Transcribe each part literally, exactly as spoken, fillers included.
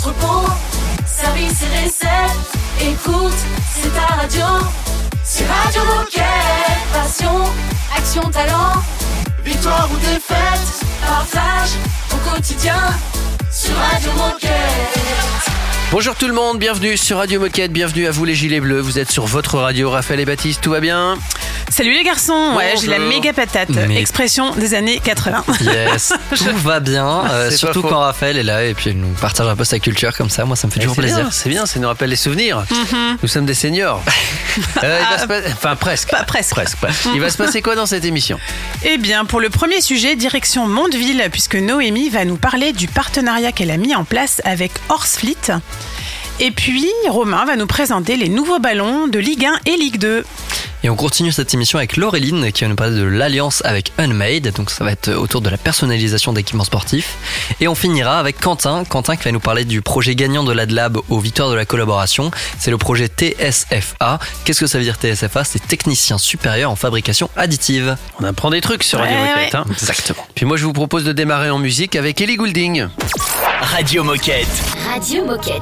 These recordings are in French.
entrepôt, service et recettes. Écoute, c'est ta radio. C'est Radio Moquette. Passion, action, talent. Victoire ou défaite, partage au quotidien sur Radio Moquette. Bonjour tout le monde, bienvenue sur Radio Moquette, bienvenue à vous les gilets bleus. Vous êtes sur votre radio, Raphaël et Baptiste, tout va bien ? Salut les garçons, ouais, j'ai la méga patate, Mais... expression des années quatre-vingts. Yes, tout va bien, euh, surtout quand Raphaël est là et puis elle nous partage un peu sa culture comme ça, moi ça me fait toujours c'est plaisir. Bien, c'est bien, ça nous rappelle les souvenirs. Mm-hmm. Nous sommes des seniors. euh, il va se pas... Enfin presque. Pas presque. presque, presque. Il va se passer quoi dans cette émission ? Eh bien, pour le premier sujet, direction Mondeville, puisque Noémie va nous parler du partenariat qu'elle a mis en place avec Horsefleet. Et puis, Romain va nous présenter les nouveaux ballons de Ligue un et Ligue deux. Et on continue cette émission avec Laureline qui va nous parler de l'alliance avec Unmade, donc ça va être autour de la personnalisation d'équipements sportifs. Et on finira avec Quentin, Quentin qui va nous parler du projet gagnant de l'AdLab aux victoires de la collaboration. C'est le projet T S F A. Qu'est-ce que ça veut dire T S F A ? C'est technicien supérieur en fabrication additive. On apprend des trucs sur Radio ouais, Moquette. Ouais. Hein. Exactement. Puis moi je vous propose de démarrer en musique avec Ellie Goulding. Radio Moquette. Radio Moquette.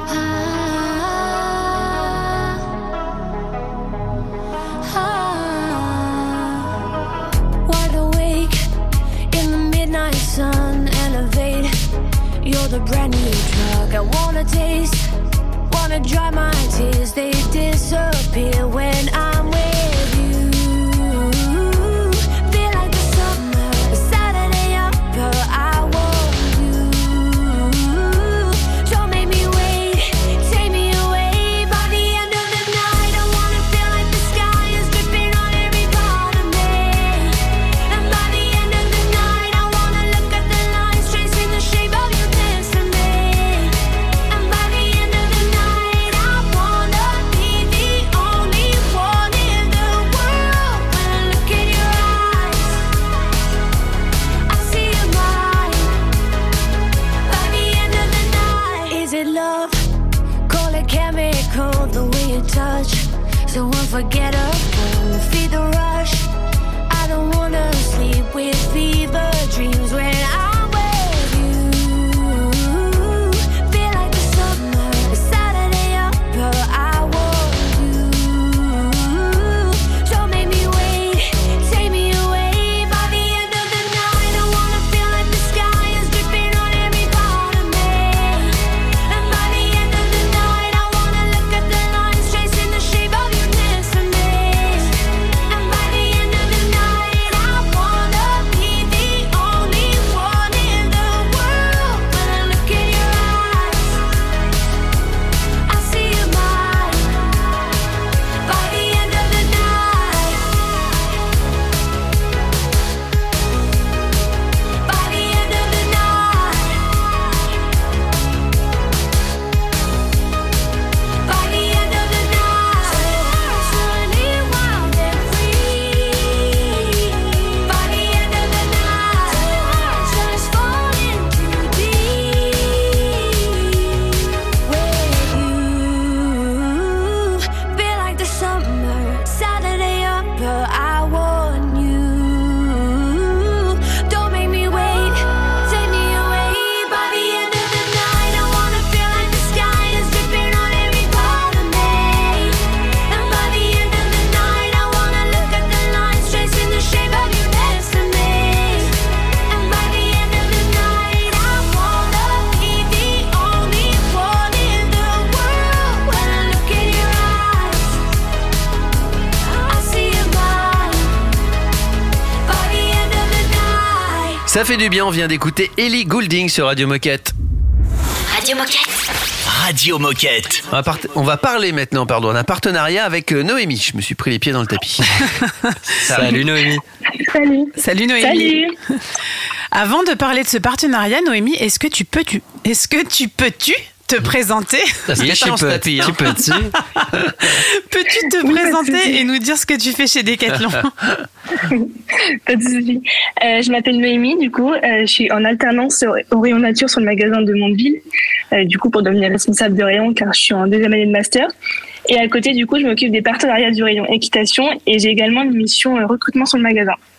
Sun, elevate. You're the brand new drug I wanna taste. Wanna dry my tears, they disappear when I'm with you. Feel like the summer, a Saturday upper, I want you. Don't make me wait, take me away. By the end of the night, I wanna feel like the sky is dripping on every part of me. And by the end of the night, I wanna look at the lines tracing the shape of your destiny. And by the end of the night, I wanna be the only one in the world. When I look in your eyes, I see your mind. By the end of the night, is it love? Call it chemical, the way you touch, so unforgettable. Feed the rush. I don't wanna sleep with fever dreams when I'm with you. Feel like the summer, a Saturday upper, I want you. Don't make me wait, take me away. By the end of the night, I wanna feel like the sky is dripping on every part of me. And by the end of the night, I wanna look at the lines tracing the shape of your destiny. And by the end of the night, I wanna be the only one in the world. When I look in your eyes, I see your mind. By the end of the night, by the end of the night, by the end of the night, running wild and free. By the end of the night, just falling too deep with you. Feel like the summer, Saturday upper, I want you. Don't make me wait, take me away. By the end of the night, I wanna feel like the sky is dripping on every part of me. And by the end of the night, I wanna look at the lines tracing the shape of your destiny. And by the end of the night, I wanna be the only one in the world. When I look in your eyes, I see your mind. By the end of the night. Ça fait du bien, on vient d'écouter Ellie Goulding sur Radio Moquette. Radio Moquette. Radio Moquette. On va, part... on va parler maintenant, pardon, d'un partenariat avec euh, Noémie. Je me suis pris les pieds dans le tapis. Salut Noémie. Salut. Salut Noémie. Salut. Avant de parler de ce partenariat, Noémie, est-ce que tu peux tu est-ce que tu peux-tu te présenter? Il est Tu dans ce peux, tapis, hein. tu peux-tu Peux-tu te Oui, pas de présenter souci. et nous dire ce que tu fais chez Decathlon? Pas de souci. Euh, je m'appelle Noémie, du coup, euh, je suis en alternance au, au rayon nature sur le magasin de Mondeville, euh, du coup pour devenir responsable de rayon car je suis en deuxième année de master. Et à côté, du coup, je m'occupe des partenariats du rayon équitation et j'ai également une mission euh, recrutement sur le magasin.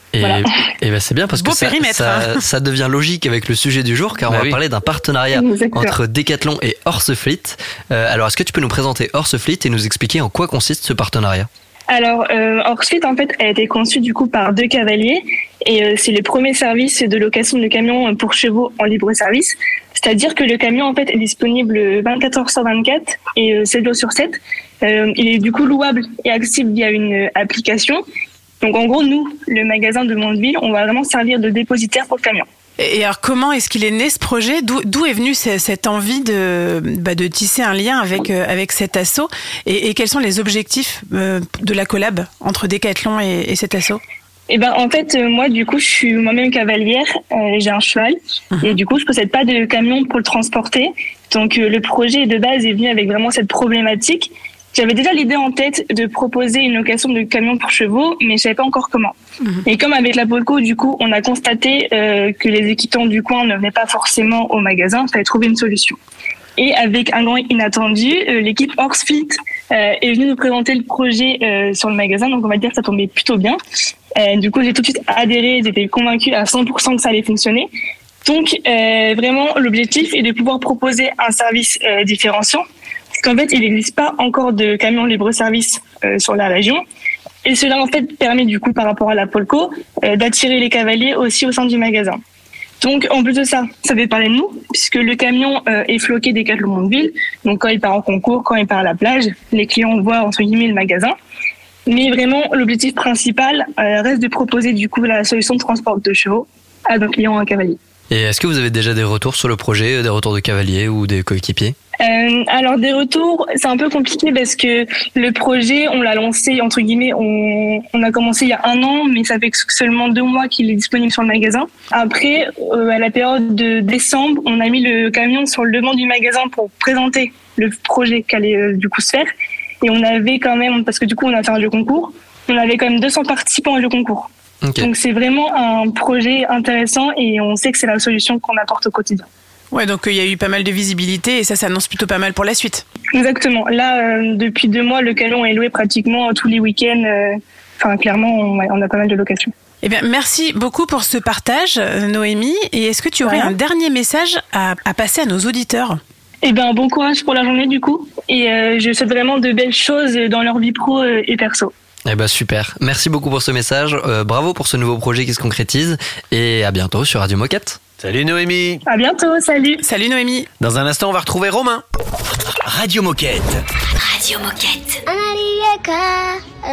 Et, Voilà. et ben c'est bien parce Beau que ça, périmètre, ça, hein. ça devient logique avec le sujet du jour car Bah on va oui. parler d'un partenariat Exactement. entre Decathlon et Horsefleet. Euh, alors est-ce que tu peux nous présenter Horsefleet et nous expliquer en quoi consiste ce partenariat ? Alors, euh, Horsefleet, en fait, a été conçu du coup par deux cavaliers et euh, c'est le premier service de location de camions pour chevaux en libre service. C'est-à-dire que le camion, en fait, est disponible vingt-quatre heures sur vingt-quatre et euh, sept jours sur sept. Euh, il est du coup louable et accessible via une euh, application. Donc, en gros, nous, le magasin de Mondeville, on va vraiment servir de dépositaire pour le camion. Et alors, comment est-ce qu'il est né ce projet ? D'où, d'où est venue ce- cette envie de, bah, de tisser un lien avec, euh, avec cet asso et, et quels sont les objectifs euh, de la collab entre Decathlon et, et cet asso ? Eh ben, en fait, euh, moi, du coup, je suis moi-même cavalière. Euh, j'ai un cheval. Et du coup, je possède pas de camion pour le transporter. Donc, euh, le projet de base est venu avec vraiment cette problématique. J'avais déjà l'idée en tête de proposer une location de camions pour chevaux, mais je savais pas encore comment. Et comme avec la Polco, du coup, on a constaté euh, que les équitants du coin ne venaient pas forcément au magasin. Il fallait trouver une solution. Et avec un grand inattendu, euh, l'équipe Horsefleet euh, est venue nous présenter le projet euh, sur le magasin. Donc, on va dire que ça tombait plutôt bien. Euh, du coup, j'ai tout de suite adhéré. J'étais convaincue à cent pour cent que ça allait fonctionner. Donc, euh, vraiment, l'objectif est de pouvoir proposer un service euh, différenciant. Parce qu'en fait, il n'existe pas encore de camions libre-service euh, sur la région. Et cela, en fait, permet du coup, par rapport à la Polco, euh, d'attirer les cavaliers aussi au sein du magasin. Donc, en plus de ça, ça fait parler de nous, puisque le camion euh, est floqué Decathlon Mondeville. Donc, quand il part en concours, quand il part à la plage, les clients voient, entre guillemets, le magasin. Mais vraiment, l'objectif principal euh, reste de proposer du coup la solution de transport de chevaux à nos clients en cavalier. Et est-ce que vous avez déjà des retours sur le projet, des retours de cavaliers ou des coéquipiers ? Euh, alors des retours, c'est un peu compliqué parce que le projet, on l'a lancé entre guillemets, on, on a commencé il y a un an, mais ça fait que seulement deux mois qu'il est disponible sur le magasin. Après, euh, à la période de décembre, on a mis le camion sur le devant du magasin pour présenter le projet qui allait euh, du coup se faire. Et on avait quand même, parce que du coup on a fait un jeu concours, on avait quand même deux cents participants au jeu concours. Ok. Donc c'est vraiment un projet intéressant et on sait que c'est la solution qu'on apporte au quotidien. Ouais, donc il y a eu pas mal de visibilité et ça s'annonce plutôt pas mal pour la suite. Exactement. Là, euh, depuis deux mois, le camion est loué pratiquement tous les week-ends. euh, Enfin, clairement, on a, on a pas mal de locations. Eh bien, merci beaucoup pour ce partage, euh, Noémie. Et est-ce que tu aurais Rien. un dernier message à, à passer à nos auditeurs ? Eh ben, bon courage pour la journée du coup. Et euh, je souhaite vraiment de belles choses dans leur vie pro euh, et perso. Eh ben super, merci beaucoup pour ce message, euh, bravo pour ce nouveau projet qui se concrétise et à bientôt sur Radio Moquette. Salut Noémie. À bientôt, salut. Salut Noémie. Dans un instant, on va retrouver Romain. Radio Moquette. Radio Moquette. Anarieka, oh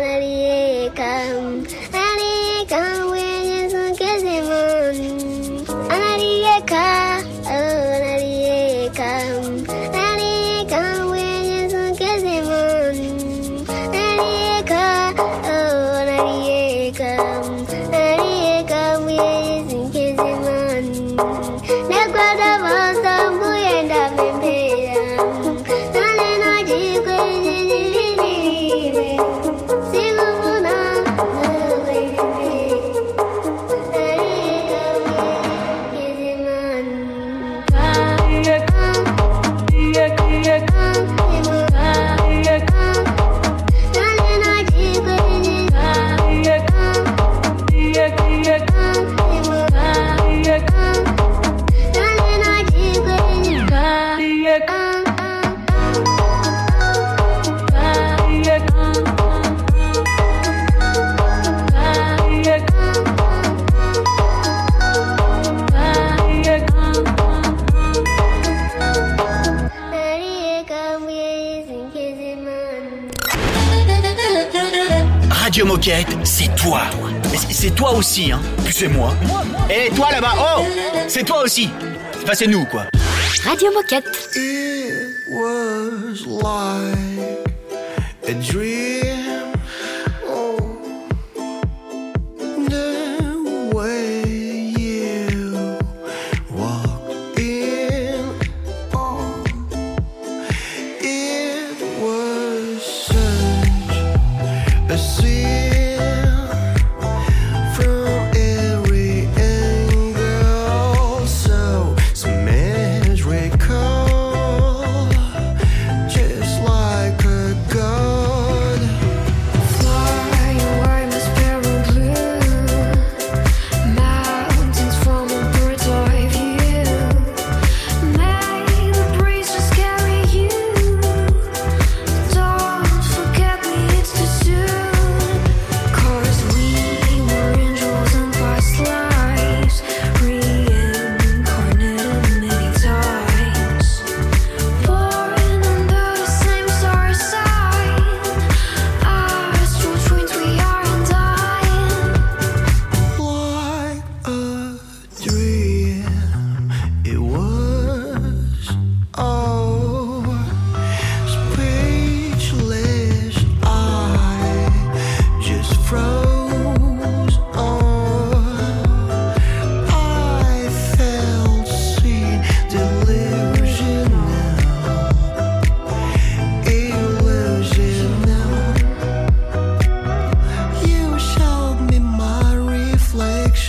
Anarieka, Anarieka, when you get them on. Anarieka, oh Anarieka, Anarieka, when you get them on. Anarieka, oh Anarieka, Anarieka, when you get them on. Nakwada vasa muyenda pempera. Radio Moquette, c'est toi. Mais c'est- c'est toi aussi, hein. Puis c'est moi. Et toi là-bas, oh, c'est toi aussi. Enfin, c'est nous, quoi. Radio Moquette. It was like a dream. Oh, the way you walked in. Oh, it was such a sin from every angle. So symmetrical, just like a god.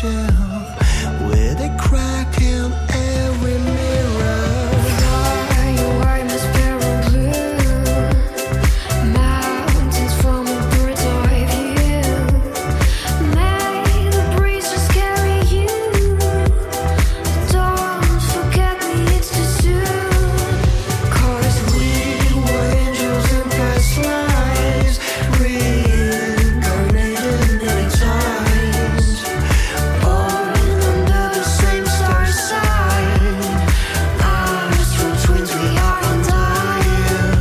ship with a crack in every mirror. Your arm is pale blue, mountains from a bird's eye view. May the breeze just carry you. Don't forget me, it's too soon. 'Cause we Were angels in past lives, reincarnated many times, born under the same star sign. Astral twins, we are undying.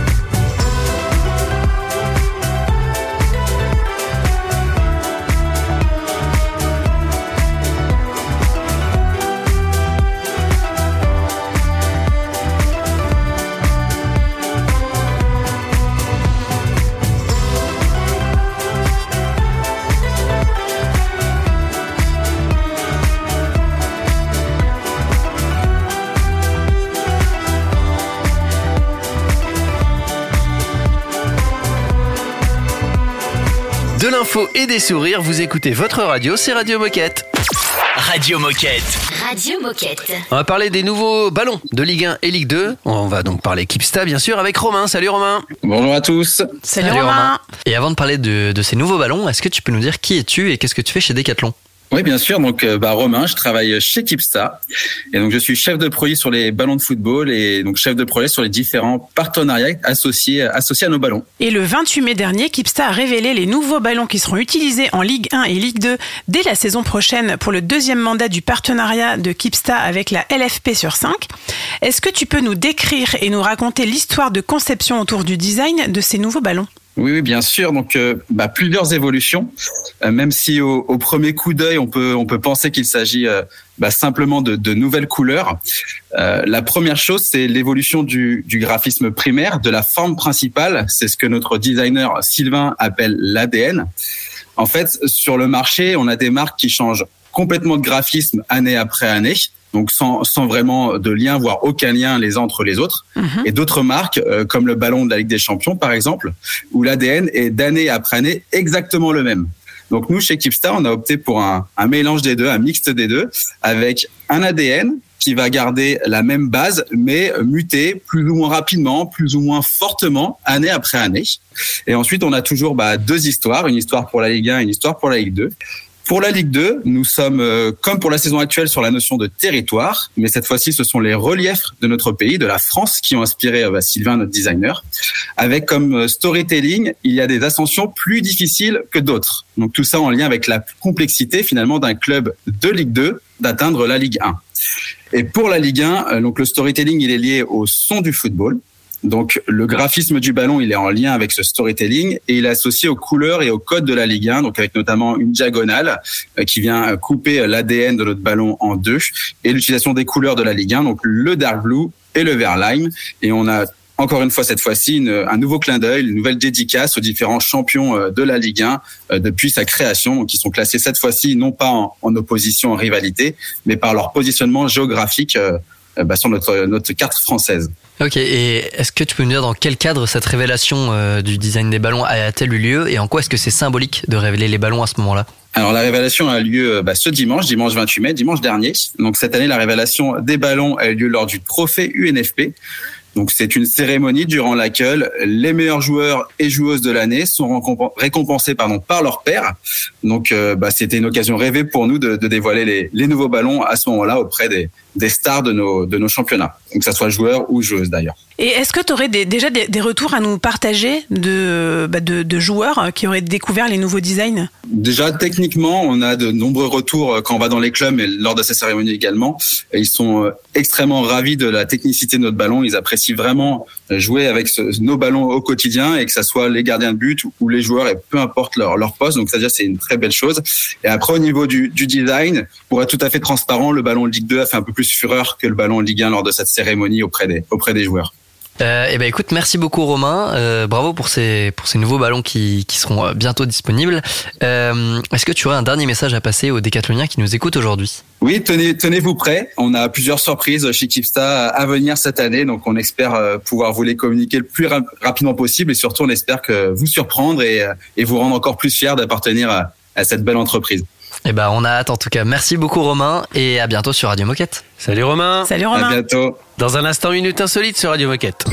De l'info et des sourires, vous écoutez votre radio, c'est Radio Moquette. Radio Moquette. Radio Moquette. On va parler des nouveaux ballons de Ligue un et Ligue deux. On va donc parler Kipsta, bien sûr, avec Romain. Salut Romain. Bonjour à tous. Salut, Romain. Et avant de parler de, de ces nouveaux ballons, est-ce que tu peux nous dire qui es-tu et qu'est-ce que tu fais chez Decathlon? Oui, bien sûr. Donc, euh, bah, Romain, je travaille chez Kipsta. Et donc, je suis chef de projet sur les ballons de football et donc chef de projet sur les différents partenariats associés, associés à nos ballons. Et le vingt-huit mai dernier, Kipsta a révélé les nouveaux ballons qui seront utilisés en Ligue un et Ligue deux dès la saison prochaine pour le deuxième mandat du partenariat de Kipsta avec la L F P sur cinq. Est-ce que tu peux nous décrire et nous raconter l'histoire de conception autour du design de ces nouveaux ballons ? Oui, oui, bien sûr. Donc, euh, bah, plusieurs évolutions. Euh, même si au, au premier coup d'œil, on peut, on peut penser qu'il s'agit euh, bah, simplement de, de nouvelles couleurs. Euh, la première chose, c'est l'évolution du, du graphisme primaire, de la forme principale. C'est ce que notre designer Sylvain appelle l'A D N. En fait, sur le marché, on a des marques qui changent complètement de graphisme année après année. Donc sans, sans vraiment de lien, voire aucun lien les uns entre les autres. Mmh. Et d'autres marques, euh, comme le ballon de la Ligue des Champions, par exemple, où l'A D N est d'année après année exactement le même. Donc nous, chez Kipsta, on a opté pour un, un mélange des deux, un mixte des deux, avec un A D N qui va garder la même base, mais muter plus ou moins rapidement, plus ou moins fortement, année après année. Et ensuite, on a toujours bah, deux histoires, une histoire pour la Ligue un et une histoire pour la Ligue deux. Pour la Ligue deux, nous sommes, euh, comme pour la saison actuelle, sur la notion de territoire, mais cette fois-ci, ce sont les reliefs de notre pays, de la France, qui ont inspiré euh, Sylvain, notre designer. Avec comme euh, storytelling, il y a des ascensions plus difficiles que d'autres. Donc tout ça en lien avec la complexité, finalement, d'un club de Ligue deux d'atteindre la Ligue un. Et pour la Ligue un, euh, donc le storytelling, il est lié au son du football. Donc, le graphisme du ballon, il est en lien avec ce storytelling et il est associé aux couleurs et aux codes de la Ligue un, donc avec notamment une diagonale euh, qui vient couper l'A D N de notre ballon en deux et l'utilisation des couleurs de la Ligue un, donc le dark blue et le vert lime. Et on a encore une fois, cette fois-ci, une, un nouveau clin d'œil, une nouvelle dédicace aux différents champions de la Ligue un euh, depuis sa création, qui sont classés cette fois-ci non pas en, en opposition, en rivalité, mais par leur positionnement géographique euh, bah, sur notre, notre carte française. Ok, et est-ce que tu peux nous dire dans quel cadre cette révélation euh, du design des ballons a-t-elle eu lieu et en quoi est-ce que c'est symbolique de révéler les ballons à ce moment-là ? Alors la révélation a lieu bah, ce dimanche, dimanche vingt-huit mai, dimanche dernier. Donc cette année, la révélation des ballons a eu lieu lors du trophée U N F P. Donc c'est une cérémonie durant laquelle les meilleurs joueurs et joueuses de l'année sont récompensés pardon, par leur père. Donc euh, bah, c'était une occasion rêvée pour nous de, de dévoiler les, les nouveaux ballons à ce moment-là auprès des, des stars de nos, de nos championnats. Donc que ça soit joueurs ou joueuses d'ailleurs. Et est-ce que tu aurais des, déjà des, des retours à nous partager de, bah de, de joueurs qui auraient découvert les nouveaux designs ? Déjà, techniquement, on a de nombreux retours quand on va dans les clubs et lors de ces cérémonies également. Et ils sont extrêmement ravis de la technicité de notre ballon. Ils apprécient vraiment jouer avec ce, nos ballons au quotidien et que ça soit les gardiens de but ou les joueurs et peu importe leur, leur poste. Donc, c'est-à-dire c'est une très belle chose. Et après, au niveau du, du design, pour être tout à fait transparent, le ballon Ligue deux a fait un peu plus fureur que le ballon Ligue un lors de cette cérémonie auprès des, auprès des joueurs. Euh, et ben écoute, merci beaucoup Romain, euh, bravo pour ces pour ces nouveaux ballons qui qui seront bientôt disponibles. Euh, est-ce que tu aurais un dernier message à passer aux décathloniens qui nous écoutent aujourd'hui ? Oui, tenez tenez-vous prêts. On a plusieurs surprises chez Kipsta à venir cette année, donc on espère pouvoir vous les communiquer le plus rap- rapidement possible et surtout on espère que vous surprendre et et vous rendre encore plus fiers d'appartenir à, à cette belle entreprise. Et bah on a hâte en tout cas. Merci beaucoup Romain et à bientôt sur Radio Moquette. Salut Romain. Salut À Romain. bientôt. Dans un instant, Minute Insolite sur Radio Moquette.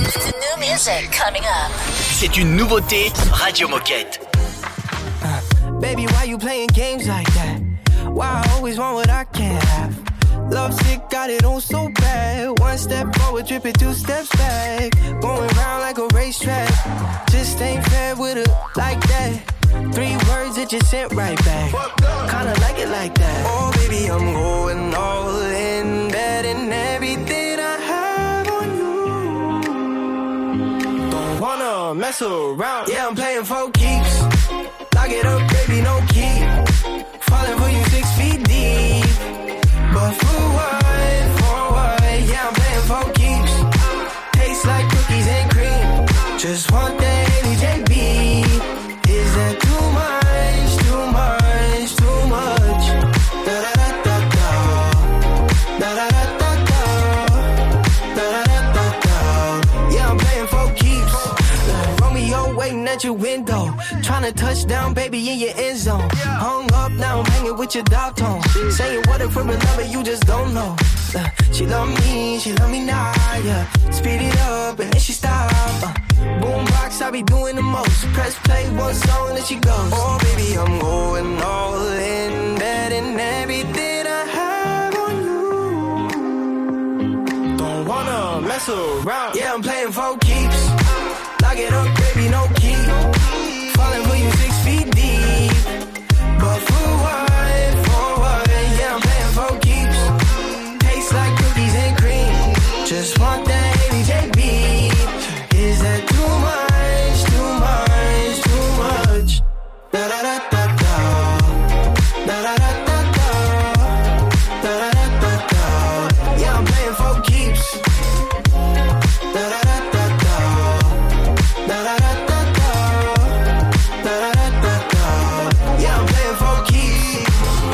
C'est une nouveauté Radio Moquette. Baby, why you playing games like that? Why I always want what I can't have? Love sick, got it on so bad. One step forward, tripping two steps back. Going round like a racetrack. Just ain't fair with it like that. Three words that you sent right back. Kinda like it like that. Oh, baby, I'm going all in, betting everything I have on you. Don't wanna mess around. Yeah, I'm playing for keeps. Lock it up, baby, no key. Falling for you six feet deep. But for what, for what? Yeah, I'm playing for keeps. Tastes like cookies and cream. Just want that Haley J B. Is that too much, too much, too much? Da da da da da. Da da da da da. Da da da da da. Yeah, I'm playing for keeps. Romeo waiting at your window. Tryna touch down, baby, in your end zone. Hung up, now I'm hanging with your dog tone. Saying what if for a lover you just don't know. Uh, she love me, she love me now, yeah. Speed it up and then she stop. Uh, Boombox, I be doing the most. Press play, one song, and she goes. Oh, baby, I'm going all in, betting everything I have on you. Don't wanna mess around. Yeah, I'm playing for keeps. Lock it up, baby, no key. Falling for you six feet deep. But for what, for what? Yeah, I'm playing for keeps. Tastes like cookies and cream. Just want that Haley J B. Is that too much, too much, too much? Da da da da da. Da da da da da. Da da da da da. Yeah, I'm playing for keeps. Da da da da da. Da da da da da. Da da da da da. Yeah, I'm playing for keeps.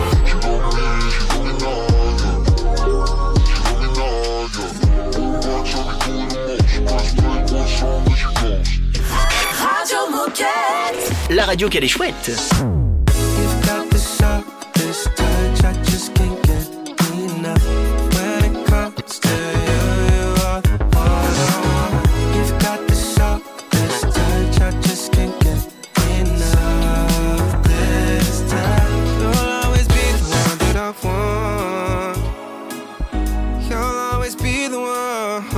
Radio Moquette. La radio qu'elle est chouette. You've got the sharpest touch, I just can't get enough. When it comes to you, you are the one I want. You've got the sharpest touch, I just can't get enough. This time, you'll always be the one that I want. You'll always be the one.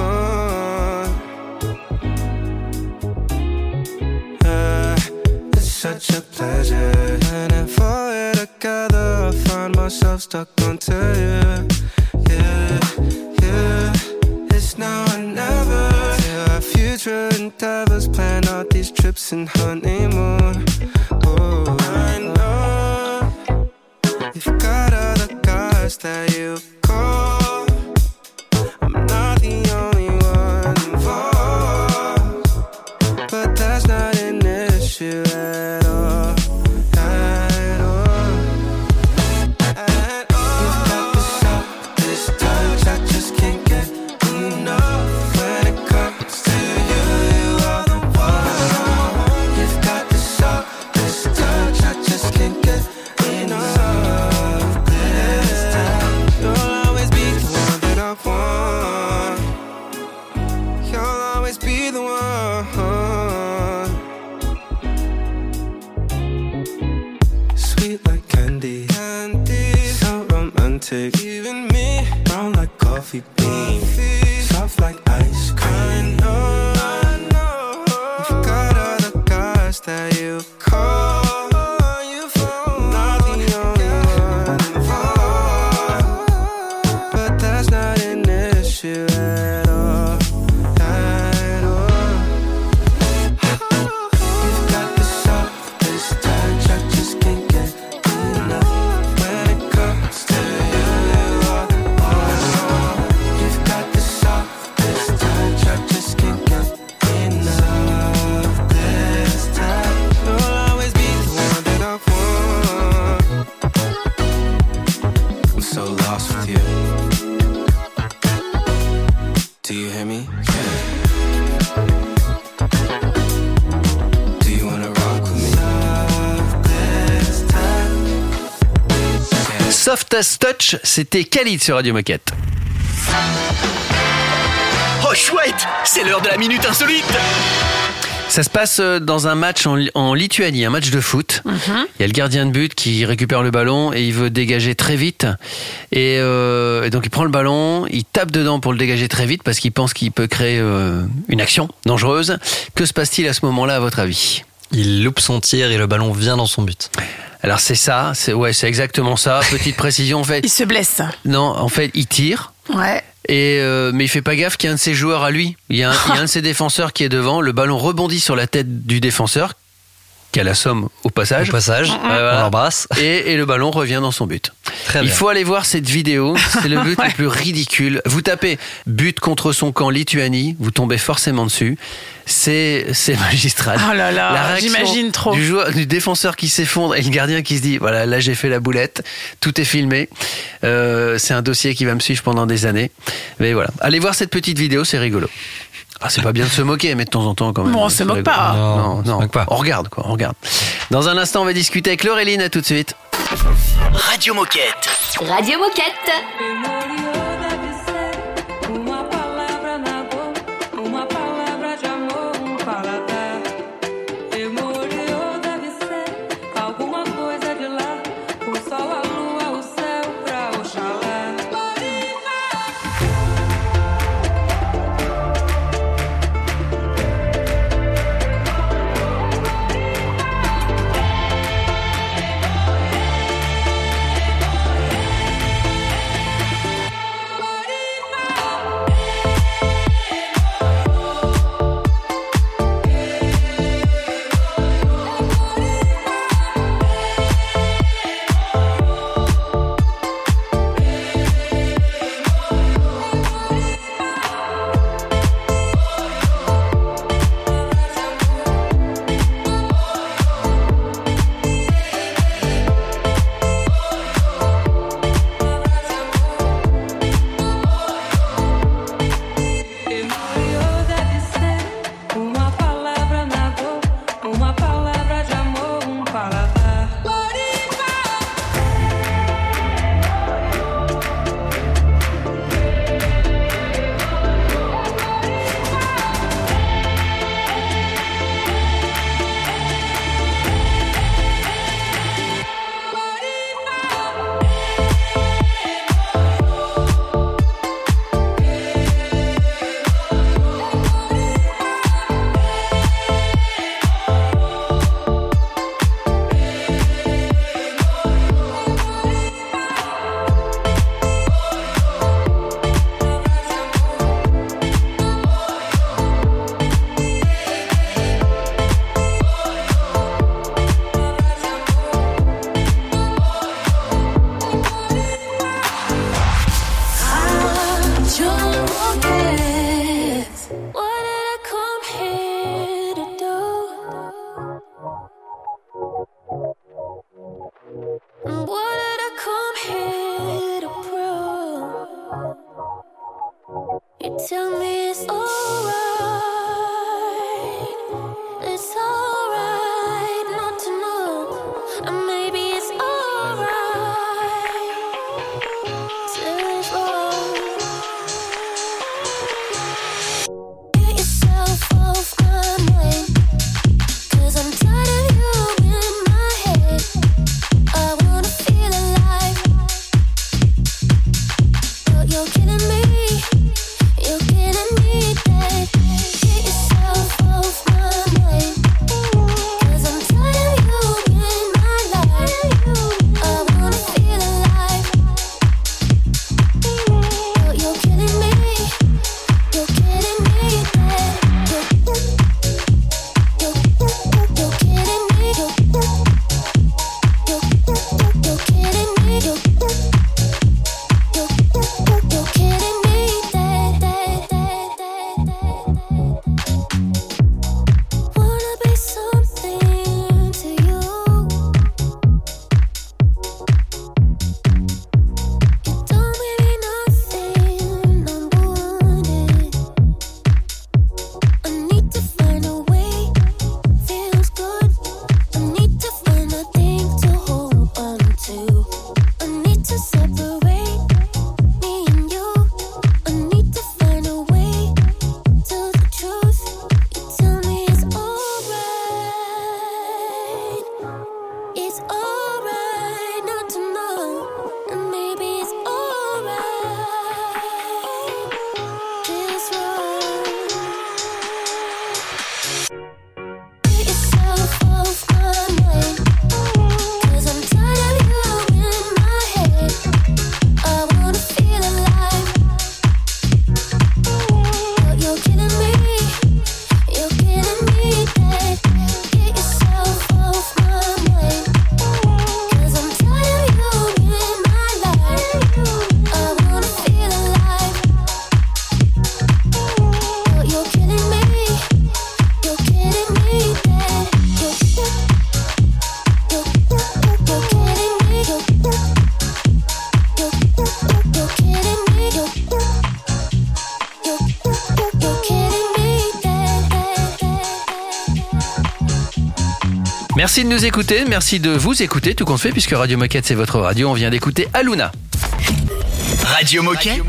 Uh, it's such a pleasure. Whenever we're together, I find myself stuck onto you. Yeah, yeah. It's now or never. Yeah, our future endeavors, plan out these trips and honeymoon. Oh, I know you've got other guys that you call. I'm not the only one involved, but that's not an issue at all, at all, at all. You've got the sharpest touch, I just can't get enough. When it comes to you, you are the one. You've got the sharpest touch, I just can't get enough. This time, you'll always be the one that I want. You'll always be the one. Sweet like candy, candy, so romantic. Even me, brown like coffee beans, soft like ice cream. I know, I know. You've got other guys that you call. You phone, not the only one involved, but that's not an issue at all, at all. You've got the sharpest touch, I just can't get enough. When it comes to you, you are the one. You've got the sharpest Soft as Touch, c'était Khalid sur Radio Moquette. Oh chouette, c'est l'heure de la minute insolite. Ça se passe dans un match en, en Lituanie, un match de foot. Il mm-hmm. y a le gardien de but qui récupère le ballon et il veut dégager très vite. Et, euh, et donc il prend le ballon, il tape dedans pour le dégager très vite parce qu'il pense qu'il peut créer euh, une action dangereuse. Que se passe-t-il à ce moment-là, à votre avis ? Il loupe son tir et le ballon vient dans son but. Alors c'est ça, c'est, ouais, c'est exactement ça. Petite précision en fait. Il se blesse. Non, en fait, il tire. Ouais. Et euh, mais il fait pas gaffe qu'il y a un de ses joueurs à lui. Il y a un, il y a un de ses défenseurs qui est devant. Le ballon rebondit sur la tête du défenseur, qui a la somme au passage. Au passage, mmh. euh, on l'embrasse. Et, et le ballon revient dans son but. Très il bien. faut aller voir cette vidéo. C'est le but ouais. le plus ridicule. Vous tapez but contre son camp Lituanie, vous tombez forcément dessus. C'est, c'est magistral. Oh là là, la réaction j'imagine trop. Du, joueur, du défenseur qui s'effondre et le gardien qui se dit voilà, là j'ai fait la boulette. Tout est filmé. Euh, c'est un dossier qui va me suivre pendant des années. Mais voilà, allez voir cette petite vidéo, c'est rigolo. Ah, c'est pas bien de se moquer, mais de temps en temps quand même. Bon, on se moque rigolo. pas. Non, non, on se non. moque pas. On regarde quoi, on regarde. Dans un instant, on va discuter avec Laureline. À tout de suite. Radio Moquette. Radio Moquette. Merci de nous écouter, merci de vous écouter, tout compte fait, puisque Radio Moquette, c'est votre radio. On vient d'écouter Aluna. Radio Moquette.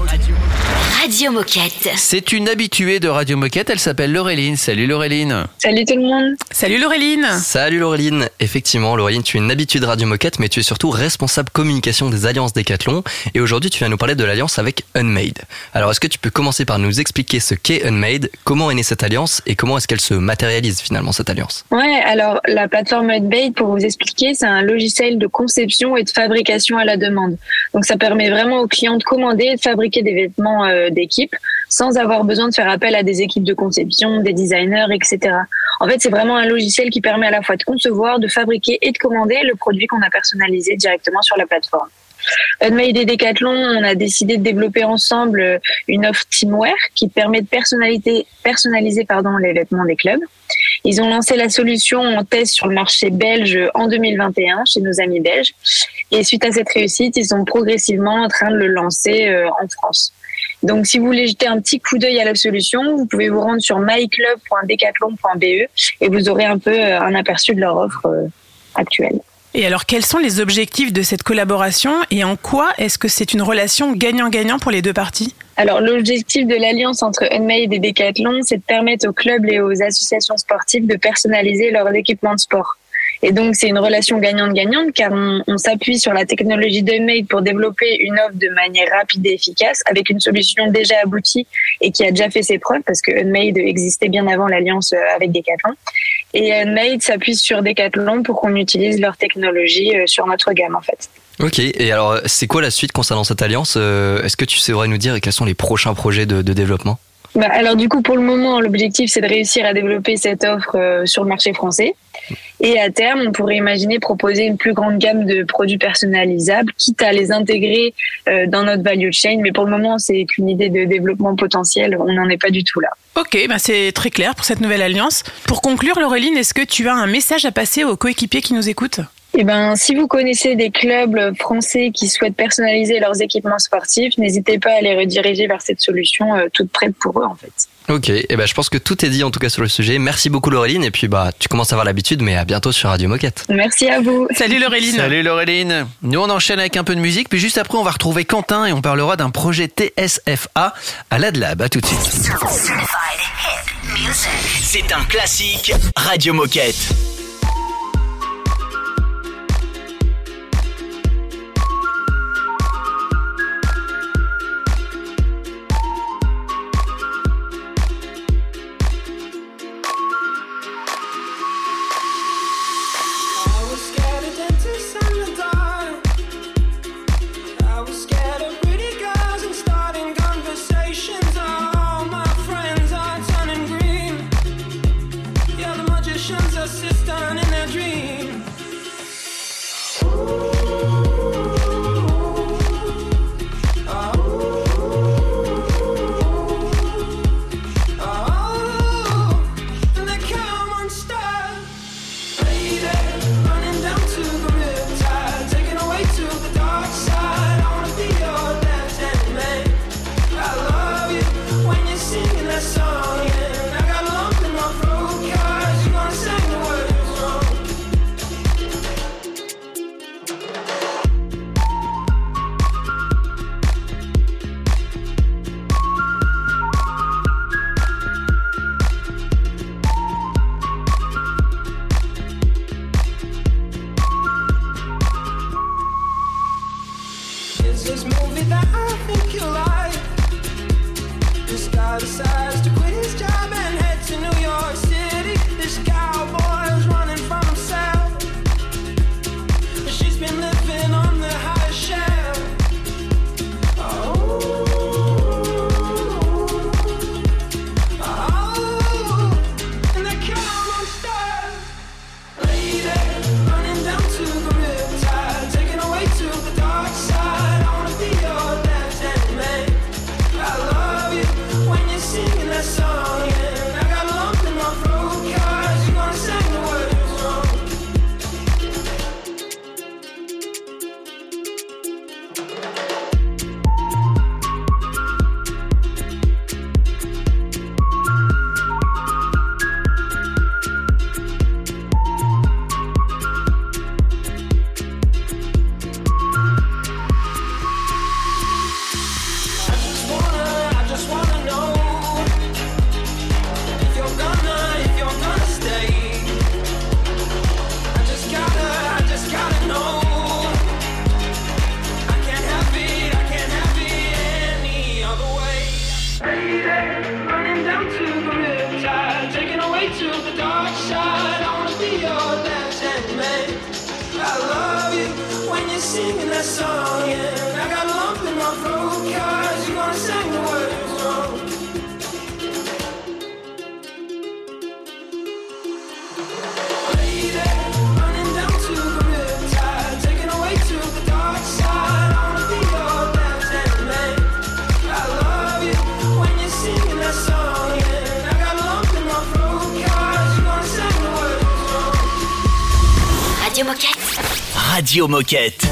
Radio Moquette. C'est une habituée de Radio Moquette, elle s'appelle Laureline. Salut Laureline. Salut tout le monde. Salut Laureline. Salut Laureline. Effectivement, Laureline, tu es une habituée de Radio Moquette, mais tu es surtout responsable communication des alliances Decathlon. Et aujourd'hui, tu viens nous parler de l'alliance avec Unmade. Alors, est-ce que tu peux commencer par nous expliquer ce qu'est Unmade, comment est née cette alliance et comment est-ce qu'elle se matérialise finalement, cette alliance? Ouais, alors la plateforme Unmade, pour vous expliquer, c'est un logiciel de conception et de fabrication à la demande. Donc ça permet vraiment aux clients de commander et de fabriquer des vêtements euh, d'équipe sans avoir besoin de faire appel à des équipes de conception, des designers, et cetera. En fait, c'est vraiment un logiciel qui permet à la fois de concevoir, de fabriquer et de commander le produit qu'on a personnalisé directement sur la plateforme. Unmade et Decathlon, on a décidé de développer ensemble une offre teamwear qui permet de personnaliser, personnaliser pardon, les vêtements des clubs. Ils ont lancé la solution en test sur le marché belge en deux mille vingt et un chez nos amis belges. Et suite à cette réussite, ils sont progressivement en train de le lancer euh, en France. Donc, si vous voulez jeter un petit coup d'œil à la solution, vous pouvez vous rendre sur my club point decathlon point b e et vous aurez un peu euh, un aperçu de leur offre euh, actuelle. Et alors, quels sont les objectifs de cette collaboration et en quoi est-ce que c'est une relation gagnant-gagnant pour les deux parties ? Alors, l'objectif de l'alliance entre Unmade et Decathlon, c'est de permettre aux clubs et aux associations sportives de personnaliser leurs équipements de sport. Et donc, c'est une relation gagnante-gagnante car on, on s'appuie sur la technologie d'Unmade pour développer une offre de manière rapide et efficace avec une solution déjà aboutie et qui a déjà fait ses preuves parce que Unmade existait bien avant l'alliance avec Decathlon. Et Unmade s'appuie sur Decathlon pour qu'on utilise leur technologie sur notre gamme, en fait. Ok, et alors, c'est quoi la suite concernant cette alliance ? Est-ce que tu saurais nous dire quels sont les prochains projets de, de développement ? Bah, alors du coup, pour le moment, l'objectif, c'est de réussir à développer cette offre euh, sur le marché français. Et à terme, on pourrait imaginer proposer une plus grande gamme de produits personnalisables, quitte à les intégrer euh, dans notre value chain. Mais pour le moment, c'est qu'une idée de développement potentiel. On n'en est pas du tout là. Ok, bah c'est très clair pour cette nouvelle alliance. Pour conclure, Laureline, est-ce que tu as un message à passer aux coéquipiers qui nous écoutent ? Eh ben, si vous connaissez des clubs français qui souhaitent personnaliser leurs équipements sportifs, n'hésitez pas à les rediriger vers cette solution euh, toute prête pour eux, en fait. Ok, et ben je pense que tout est dit en tout cas sur le sujet. Merci beaucoup Laureline, et puis bah tu commences à avoir l'habitude, mais à bientôt sur Radio Moquette. Merci à vous. Salut Laureline. Salut Laureline. Nous on enchaîne avec un peu de musique, puis juste après on va retrouver Quentin et on parlera d'un projet T S F A à l'Adlab. À tout de suite. C'est un classique Radio Moquette. Singing that song, and I got a lump in my throat, 'cause you're gonna sing the singing that song, and I got a lump in my throat, 'cause you're gonna sing the words wrong. Lady, running down to the riptide, taking away to the dark side. I wanna be your left-hand man. I love you when you're singing that song, and I got a lump in my throat, 'cause you're gonna sing the words wrong. Radio Moquette. Radio Moquette.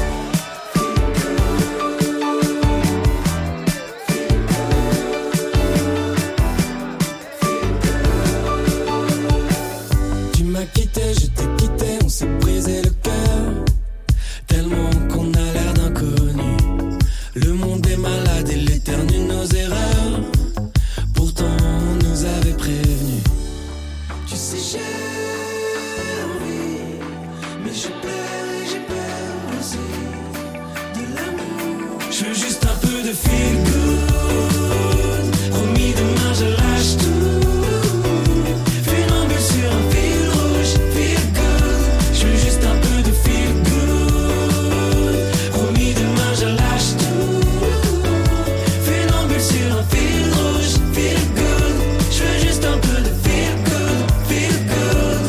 Tu m'as quitté, je t'ai quitté, on s'est brisé le cœur. Tellement qu'on a l'air d'inconnus. Le monde est malade et l'éternue nos erreurs. Pourtant on nous avait prévenus. Tu sais j'ai envie, mais je pleure et j'ai peur aussi de l'amour. Je veux juste un peu de feel good. Promis demain je lâche tout. Funambule sur un fil rouge, feel good. Je veux juste un peu de feel good. Promis demain je lâche tout. Funambule sur un fil rouge, feel good. Je veux juste un peu de feel good, feel good.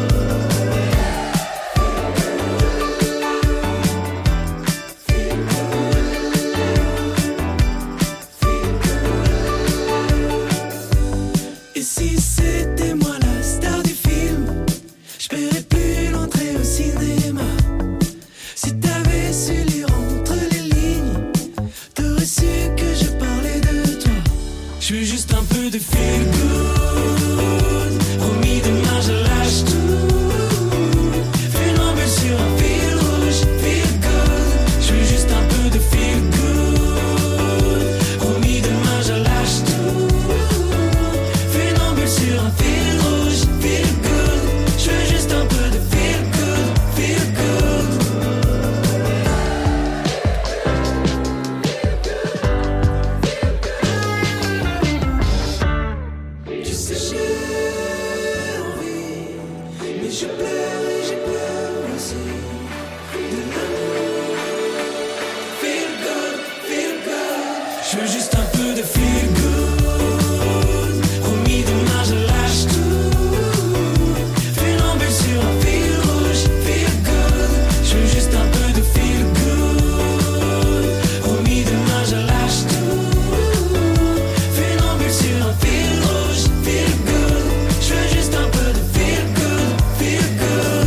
Et si c'était moi la star du film, je paierais plus l'entrée au cinéma. Si t'avais su lire entre les lignes, t'aurais su que je parlais de toi. Je veux juste un peu de feel good. Promis demain je lâche tout. Funambule sur un fil rouge, feel good. Je veux juste un peu de feel good. Promis demain je lâche tout. Funambule sur un fil rouge, feel good. Je veux juste un peu de feel good, feel good. Tu sais j'ai envie, mais je pleure et j'ai peur aussi de l'amour. Feel good, feel good. Je veux juste un peu de feel good. Promis demain je lâche tout. Funambule sur un fil rouge, feel good. Je veux juste un peu de feel good. Promis demain je lâche tout. Funambule sur un fil rouge, feel good. Je veux juste un peu de feel good, feel good.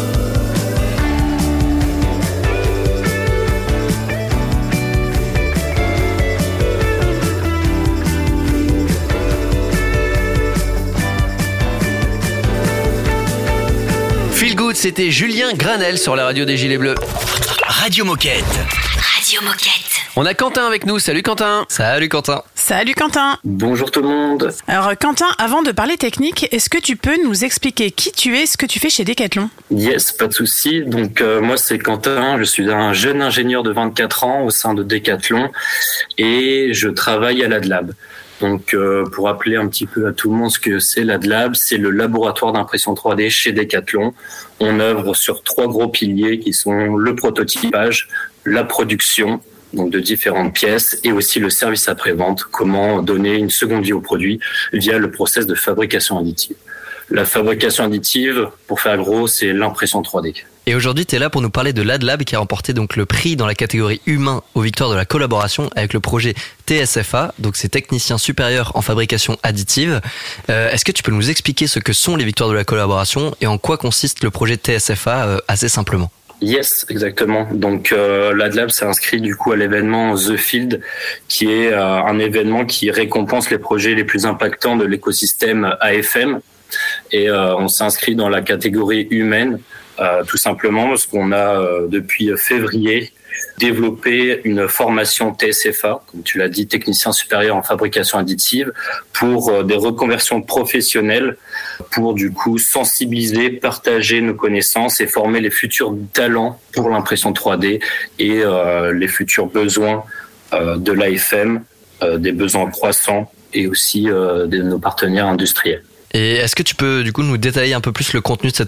Feel Good, c'était Julien Granel sur la radio des Gilets Bleus. Radio Moquette. Radio Moquette. On a Quentin avec nous. Salut Quentin. Salut Quentin. Salut Quentin. Bonjour tout le monde. Alors Quentin, avant de parler technique, est-ce que tu peux nous expliquer qui tu es, ce que tu fais chez Decathlon? Yes, pas de souci. Donc euh, moi c'est Quentin, je suis un jeune ingénieur de vingt-quatre ans au sein de Decathlon et je travaille à l'AdLab. Donc euh, pour rappeler un petit peu à tout le monde ce que c'est l'AdLab, c'est le laboratoire d'impression trois D chez Decathlon. On œuvre sur trois gros piliers qui sont le prototypage, la production, donc de différentes pièces, et aussi le service après-vente, comment donner une seconde vie au produit via le process de fabrication additive. La fabrication additive, pour faire gros, c'est l'impression trois D. Et aujourd'hui, tu es là pour nous parler de l'AdLab qui a remporté donc le prix dans la catégorie humain aux victoires de la collaboration avec le projet T S F A, donc c'est technicien supérieur en fabrication additive. Euh, est-ce que tu peux nous expliquer ce que sont les victoires de la collaboration et en quoi consiste le projet T S F A euh, assez simplement? Yes, exactement. Donc euh, l'AdLab s'est inscrit du coup à l'événement The Field, qui est euh, un événement qui récompense les projets les plus impactants de l'écosystème A F M. Et euh, on s'inscrit dans la catégorie humaine, euh, tout simplement parce qu'on a euh, depuis février développé une formation T S F A, comme tu l'as dit, technicien supérieur en fabrication additive, pour euh, des reconversions professionnelles, pour du coup sensibiliser, partager nos connaissances et former les futurs talents pour l'impression trois D et euh, les futurs besoins euh, de l'A F M, euh, des besoins croissants et aussi euh, de nos partenaires industriels. Et est-ce que tu peux du coup nous détailler un peu plus le contenu de cette formation ?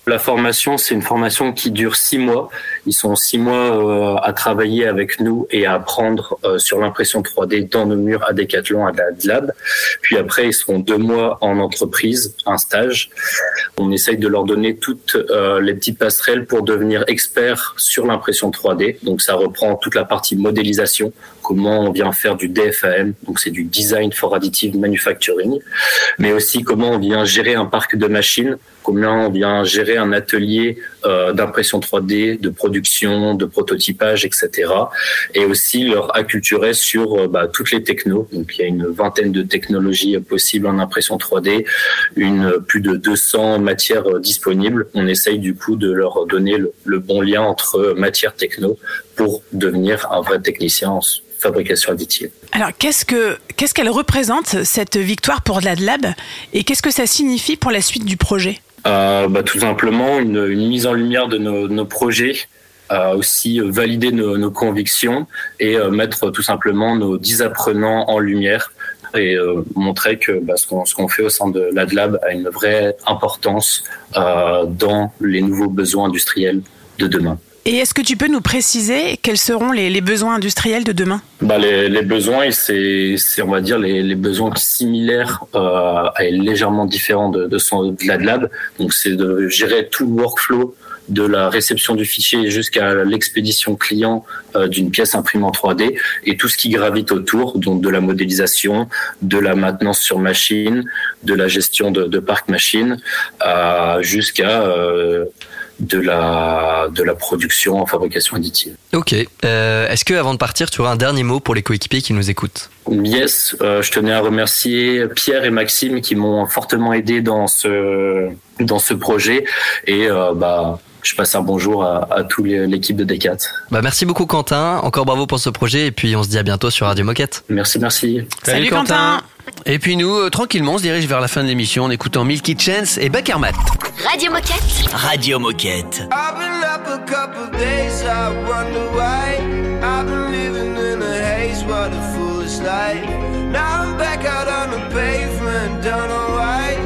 La formation, c'est une formation qui dure six mois. Ils sont six mois euh, à travailler avec nous et à apprendre euh, sur l'impression trois D dans nos murs à Decathlon, à la Lab. Puis après, ils seront deux mois en entreprise, un stage. On essaye de leur donner toutes euh, les petites passerelles pour devenir experts sur l'impression trois D. Donc ça reprend toute la partie modélisation, comment on vient faire du D F A M, donc c'est du Design for Additive Manufacturing, mais aussi comment on vient gérer un parc de machines, comment on vient gérer un atelier euh, d'impression trois D, de production, de prototypage, et cetera. Et aussi leur acculturer sur euh, bah, toutes les technos. Donc il y a une vingtaine de technologies possibles en impression trois D, une plus de deux cents matières euh, disponibles. On essaye du coup de leur donner le, le bon lien entre matière techno pour devenir un vrai technicien en fabrication additive. Alors, qu'est-ce que qu'est-ce qu'elle représente, cette victoire pour LadLab, et qu'est-ce que ça signifie pour la suite du projet ? Euh, bah, tout simplement une, une mise en lumière de nos, nos projets, euh, aussi euh, valider nos, nos convictions et euh, mettre tout simplement nos dix apprenants en lumière et euh, montrer que bah, ce, qu'on, ce qu'on fait au sein de LadLab a une vraie importance euh, dans les nouveaux besoins industriels de demain. Et est-ce que tu peux nous préciser quels seront les, les besoins industriels de demain ? Bah les, les besoins, c'est, c'est on va dire les, les besoins similaires euh, et légèrement différents de, de son de LadLab. Donc c'est de gérer tout le workflow de la réception du fichier jusqu'à l'expédition client euh, d'une pièce imprimée en trois D et tout ce qui gravite autour, donc de la modélisation, de la maintenance sur machine, de la gestion de, de parc machine, euh, jusqu'à euh, de la de la production en fabrication additive. Ok. Euh, est-ce que avant de partir, tu auras un dernier mot pour les coéquipiers qui nous écoutent ? Yes, euh, je tenais à remercier Pierre et Maxime qui m'ont fortement aidé dans ce dans ce projet et euh, bah je passe un bonjour à, à toute l'équipe de Decat. Bah merci beaucoup Quentin, encore bravo pour ce projet et puis on se dit à bientôt sur Radio Moquette. Merci, merci. Salut, Salut Quentin. Et puis nous, euh, tranquillement, on se dirige vers la fin de l'émission en écoutant Milky Chance et Bakermat. Radio Moquette. Radio Moquette. I've been up a couple days, I wonder why. I've been living in a haze, what a foolish life. Now I'm back out on the pavement, don't know why.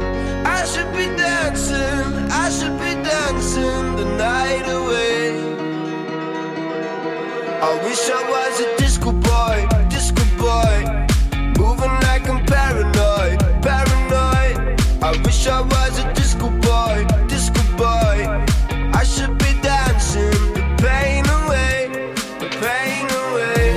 I should be dancing, I should be dancing the night away. I wish I was a disco boy, disco boy. Moving like I'm paranoid, paranoid. I wish I was a disco boy, disco boy. I should be dancing the pain away, the pain away.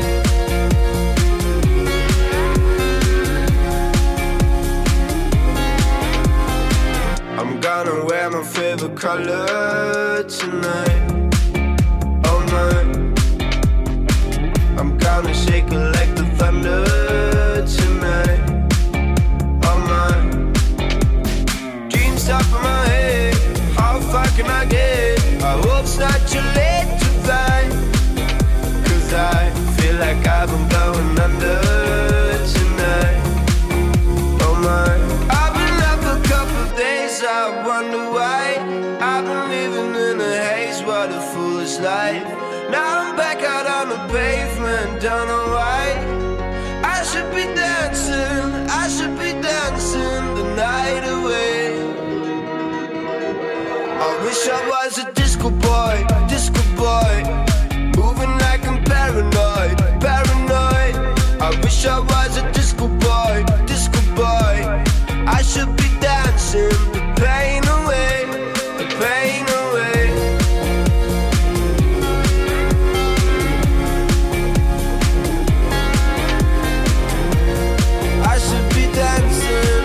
I'm gonna wear my favorite color tonight, all night. I'm gonna shake it like the thunder tonight, all night. Dreams top of my head, how far can I get? I hope it's not too late to fly, cause I feel like I've been going under tonight, oh my. I've been up a couple days, I wonder why. I've been living in a haze, what a foolish life. Now I'm back out on the pavement, don't know why. I should be dancing, I should be dancing the night away. I wish I was a disco boy, disco boy. Moving like I'm paranoid, paranoid. I wish I was a disco boy, disco boy. I should be dancing the pain away, the pain away. I should be dancing,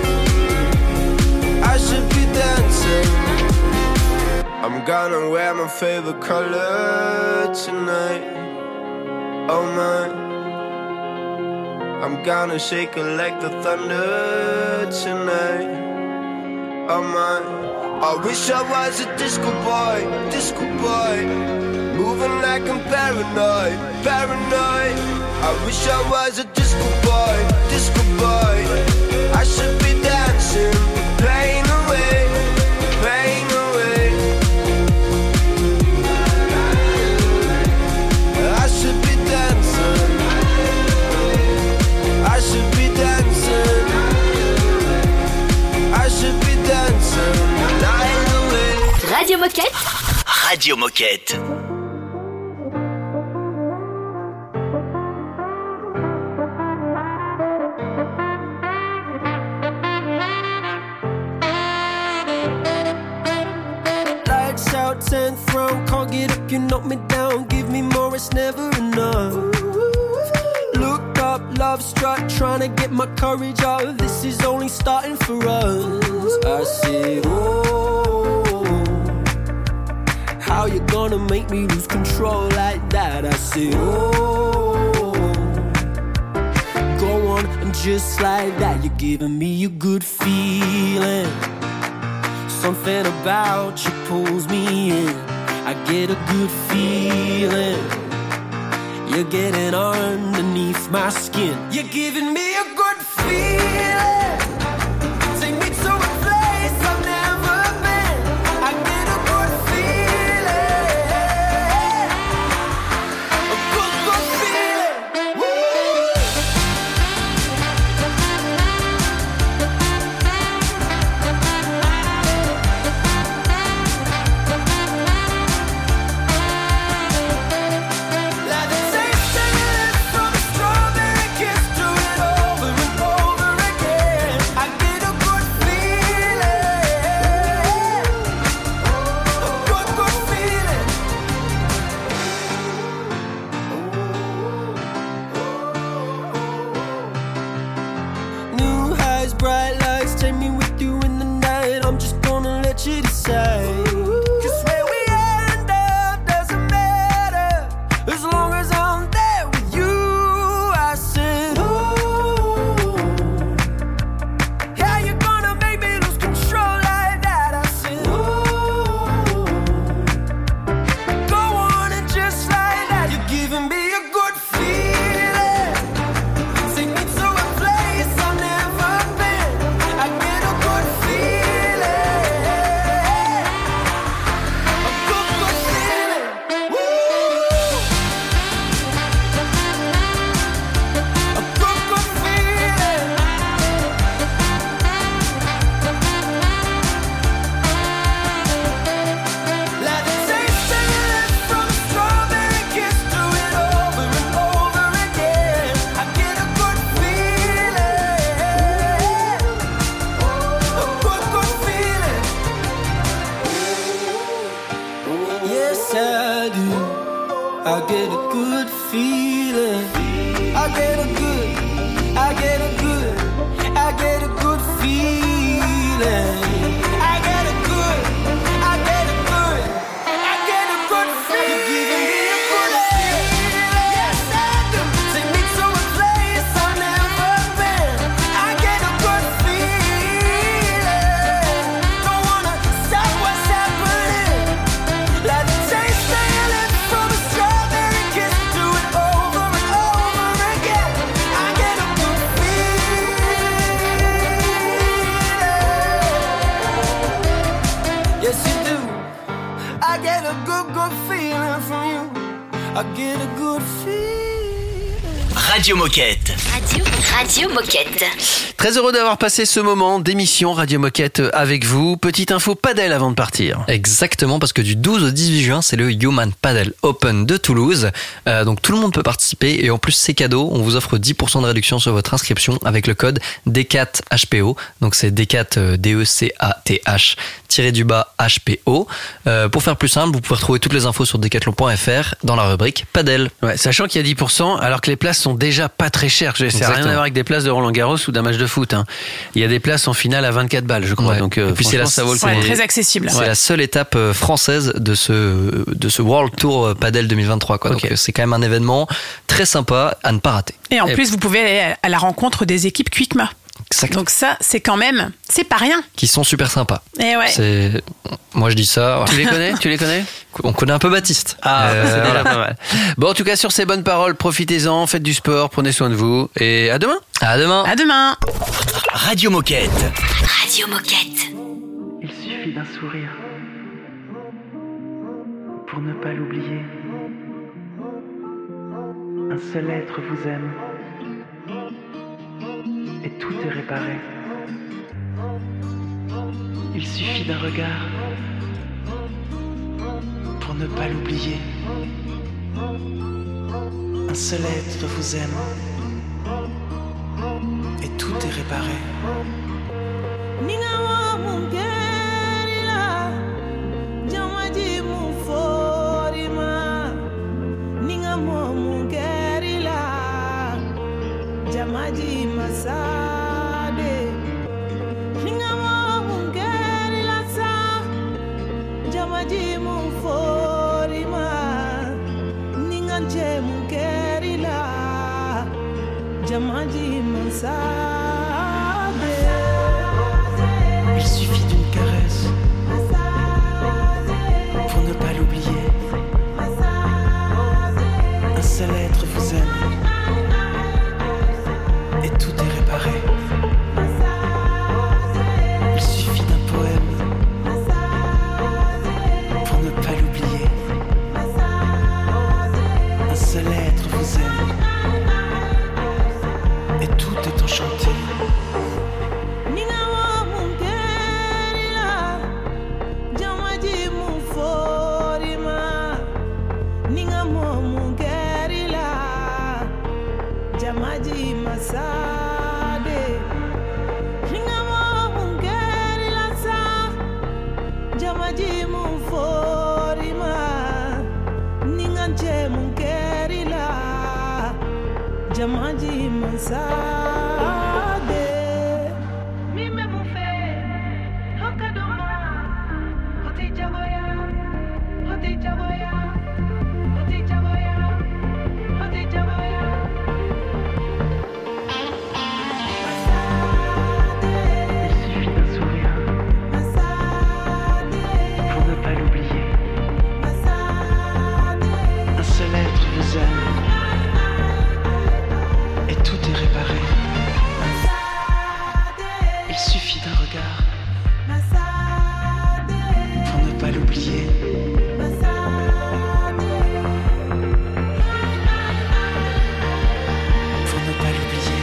I should be dancing. I'm gonna wear my favorite color tonight, oh my. I'm gonna shake it like the thunder tonight, oh my. I wish I was a disco boy, disco boy. Moving like I'm paranoid, paranoid. I wish I was a disco boy, disco boy. I should be dancing the pain away, the pain away. I should be dancing, I should be dancing, I should be dancing the night away. Radio Moquette. Lights out, tenth round, can't get up, you knock me down. Give me more, it's never enough. Look up, love struck, trying to get my courage up. This is only starting for us. I said, oh, how you gonna make me lose control like that? I said, oh, go on, and just like that, you're giving me a good feeling. Something about you pulls me in. I get a good feeling. You're getting underneath my skin. You're giving me a good feeling. Take me to a place I've never been. I get a good feeling. A good, good feeling. Woo! Bright lights, take me with you in the night. I'm just gonna let you decide. Cause where we end up doesn't matter, as long as I'm there with you. I said, oh, how you gonna make me lose control like that? I said, oh, go on and just like that, you're giving me a good feeling. Take me to a place I've never been. I get a good feeling. A good, good feeling. Woo! A good, good feeling. Like the taste of your lips from a strawberry kiss. Do it over and over again. I get a good feeling. A good, good feeling. Yes, I do. I get a good feeling. I get a good, I get a good, I get a good feeling. I get a good, I get a good, I get a good feeling. You're giving me a good feeling. Yes, I do. Take me to a place I've never been. I get a good feeling. Don't wanna stop what's happening. Like the taste of your lips from a strawberry kiss. Do it over and over again. I get a good feeling. Yes, you do. I get a good, good feeling from you. I get a good feeling. Radio Moquette. Radio, Radio Moquette. Très heureux d'avoir passé ce moment d'émission Radio Moquette avec vous. Petite info padel avant de partir. Exactement, parce que du douze au dix-huit juin, c'est le Human Padel Open de Toulouse. Euh, donc tout le monde peut participer et en plus c'est cadeau. On vous offre dix pour cent de réduction sur votre inscription avec le code D quatre H P O. Donc c'est D quatre D E C A T H tiré du bas H P O. Euh, pour faire plus simple, vous pouvez retrouver toutes les infos sur decathlon point f r dans la rubrique Padel. Ouais, sachant qu'il y a dix pour cent alors que les places sont déjà pas très chères. Ça n'a rien Exactement. à voir avec des places de Roland Garros ou d'un match de foot. Hein. Il y a des places en finale à vingt-quatre balles, je crois. Ouais. Donc euh, Et puis c'est franchement, la- ça vaut le coup. Ouais, c'est- très accessible. C'est la seule étape euh, française de ce, de ce World Tour Padel deux mille vingt-trois. Quoi. Ok. Donc euh, c'est quand même un événement très sympa à ne pas rater. Et en Et- plus, vous pouvez aller à la rencontre des équipes Quickma. Exactement. Donc ça, c'est quand même, c'est pas rien. Qui sont super sympas. Et ouais. C'est... Moi je dis ça. Tu les connais Tu les connais On connaît un peu Baptiste. Ah, Euh, c'est déjà voilà. pas mal. Bon, en tout cas, sur ces bonnes paroles, profitez-en, faites du sport, prenez soin de vous et à demain. À demain. À demain. Radio Moquette. Radio Moquette. Il suffit d'un sourire pour ne pas l'oublier. Un seul être vous aime et tout est réparé. Il suffit d'un regard pour ne pas l'oublier. Un seul être vous aime et tout est réparé. Jamaji Masade Ningamo Mungeri Lasa Jamaji Muforima Ninganje Mungeri La Jamaji Masade. Il suffit d'une caresse pour ne pas l'oublier. Un seul être vous aime et tout est réparé. Il suffit d'un poème pour ne pas l'oublier. Un seul être vous aime et tout est enchanté. Jamaji Masade Ningamo Mungeri Lasa Jamaji Muforima Ninganje Mungeri La Jamaji Masade Mime Mufe Hokadoma Hoti Jagoya Hoti Jagoya Hoti Jagoya Hoti Jagoya. Et tout est réparé. Il suffit d'un regard pour ne pas l'oublier. Pour ne pas l'oublier.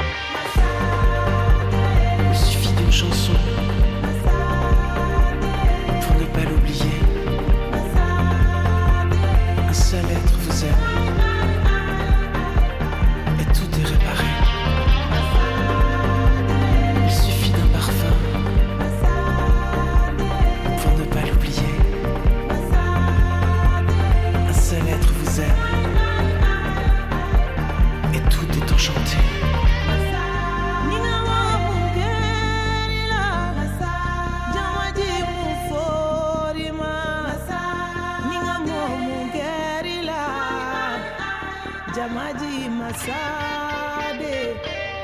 Il suffit d'une chanson pour ne pas l'oublier. Un seul être vous aime. Jamaji Masade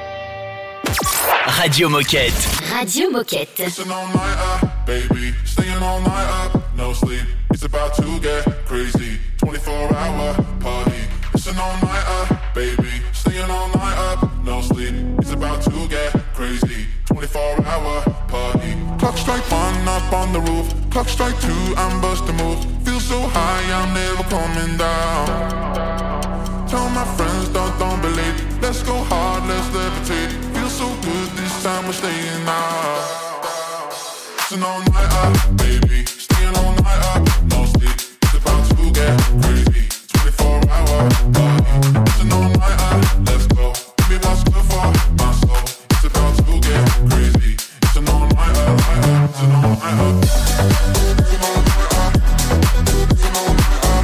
Radio Moquette. Radio Moquette. Listen all night up, baby. Staying all night up, no sleep. It's about to get crazy. twenty-four hour party. Listen all night up, baby. Staying all night up, no sleep. It's about to get crazy. twenty-four hour party. Clock strike one up on the roof. Clock strike two, I'm busting moves. Feel so high, I'm never coming down. Tell my friends, don't, don't believe. Let's go hard, let's levitate. Feel so good this time, we're staying out. Listen all night up, baby. Staying all night up, no sleep. It's about to get crazy. twenty-four hour party. Listen all night up, let's go. Give me what's good for my soul. It's about to get crazy. Listen all night up, night up. Listen all night up. Listen all night up. Listen all night up.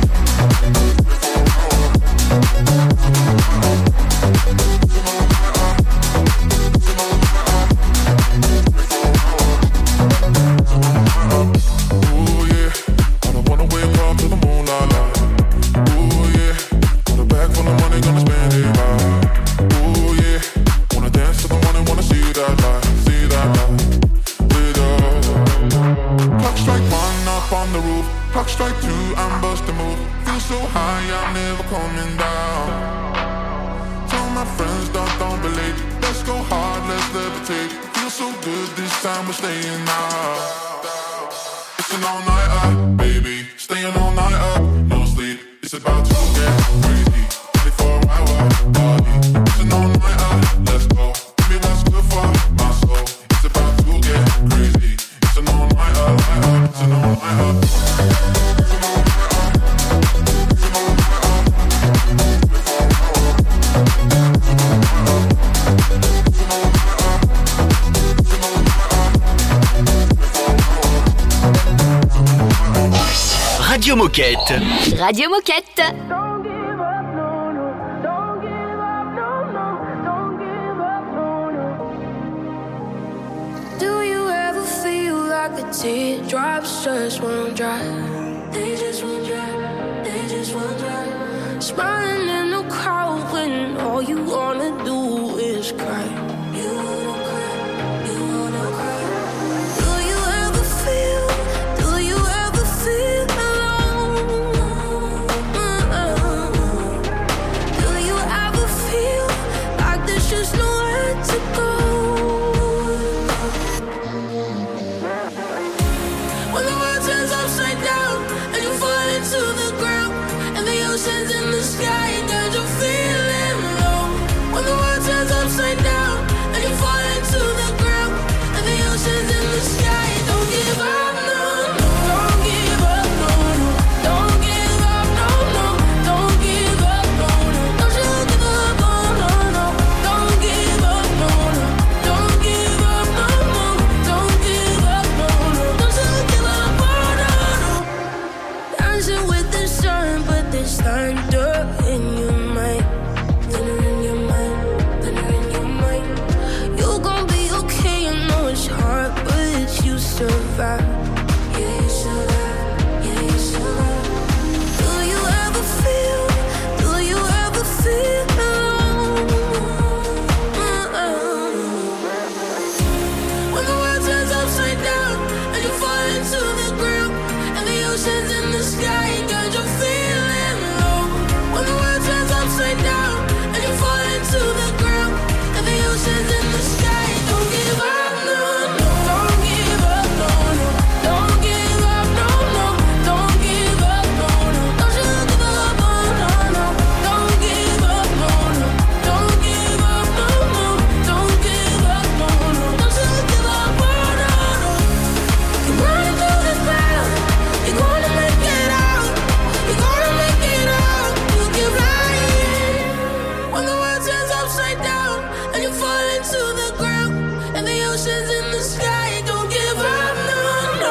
Ooh yeah, I don't wanna wake up to the moonlight light. Ooh yeah, got a bag full of money, gonna spend it right. Ooh yeah, wanna dance to the morning, wanna see that light, see that light with us. Clock strike one up on the roof, clock strike two, I'm busting move. Feel so high, I'm never coming down. Tell my friends, don't, don't believe. Let's go hard, let's levitate. Feel so good this time, we're staying out. Listen all night up, baby. Staying all night up, no sleep. It's about to get crazy. twenty-four hour party. Listen all night up, let's go. Give me what's good for my soul. It's about to get crazy. Listen all night up, night up. Listen all night up. Listen all night up. Moquette. Radio Moquette. Do you ever feel like the teardrops just won't dry? They just won't dry, they just won't dry. Smiling in the crowd when all you wanna do is cry. You wanna cry, you wanna cry. Do you ever feel, do you ever feel alone? Do you ever feel like there's just nowhere to go? When the world turns upside down and you fall into the ground and the ocean's in the sky, cause you're feeling low. When the world turns upside down and you fall into the ground and the ocean's in the sky, don't give up, no, no, don't give up, no, no, don't give up, no, no, don't give up, no, no, don't you give up, no, no, no, don't give up, no, no, don't give up, no, no, don't give up, no, no, don't you give up, no, no, no. Dancing with the sun, but there's thunder in your mind, thunder in your mind, thunder in your mind. You gon' be okay, I know it's hard, but you survive. Yeah, you survive, yeah, you survive. Do you ever feel, do you ever feel alone? When the world turns upside down and you fall into the ground and the ocean's in the sky, cause you're feeling low. When the world turns upside down and you fall into the ground and the ocean's in the sky, don't give up, no, no, don't give up, no, no, don't give up, no, no, don't give up, no, no, don't you give up, no, no, no, don't give up, no, no, don't give up, no, no, don't give up, no, no, don't you give up, no, no, no. You're running through the crowd, you're gonna make it out, you're gonna make it out, you keep lying. When the world turns upside down and you fall into the ground and the ocean's in the sky, don't give up, no, no.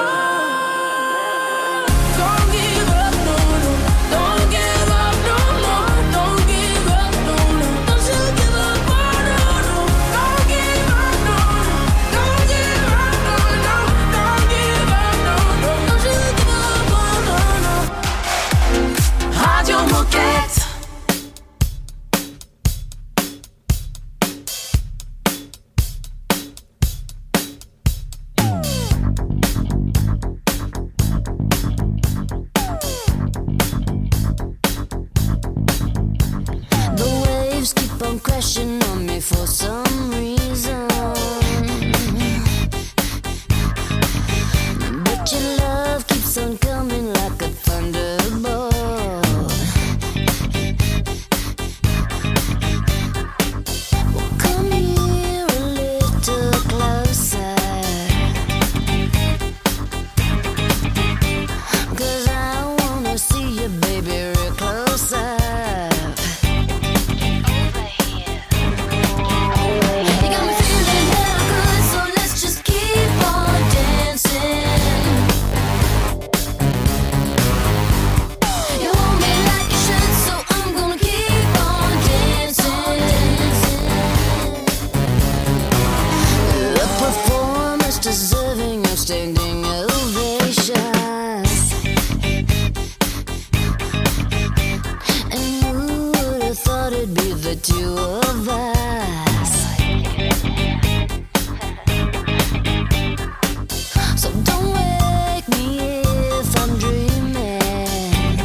Don't give up, no, no, don't give up, no, no, don't give up, no, no, don't you give up, no, no, no, don't give up, no, no, don't give up, no, no, don't give up, no, no, don't you give up, no, no, no. Radio Moquette. The waves keep on crashing on me for some reason, but your love keeps on coming like a thunderbolt. Well, come here a little closer, 'cause I wanna see you, baby, real close up. You got me feeling hella good, so let's just keep on dancing. You want me like you should, so I'm gonna keep on dancing. A performance deserving of standing ovations. And who would have thought it'd be the two of us? So don't wake me if I'm dreaming,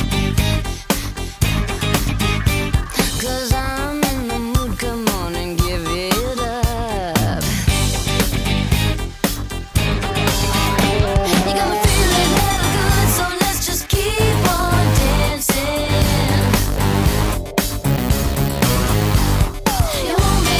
'cause I'm in the mood, come on and give it up. You got me feeling hella good, so let's just keep on dancing. You want me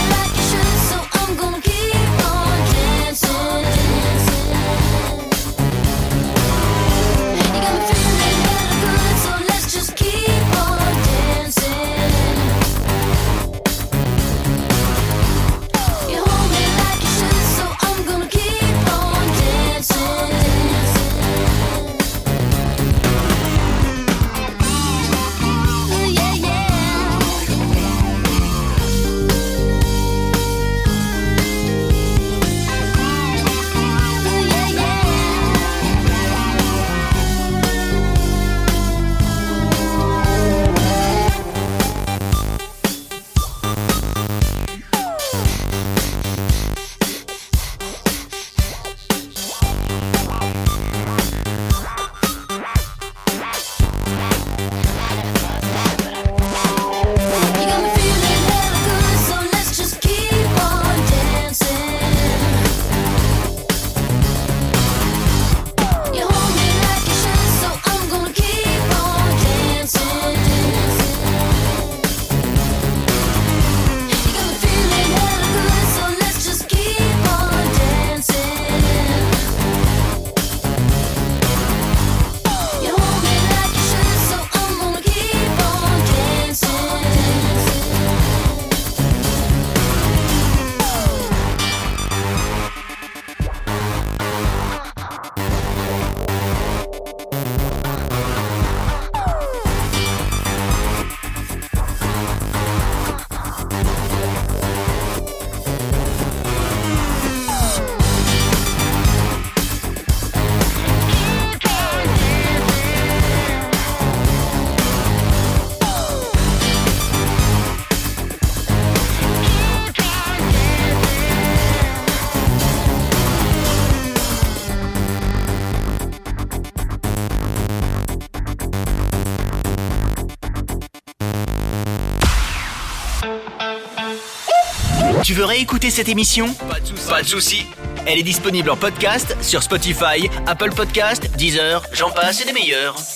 Tu veux réécouter cette émission ? Pas de souci. Elle est disponible en podcast sur Spotify, Apple Podcast, Deezer, j'en passe et des meilleurs.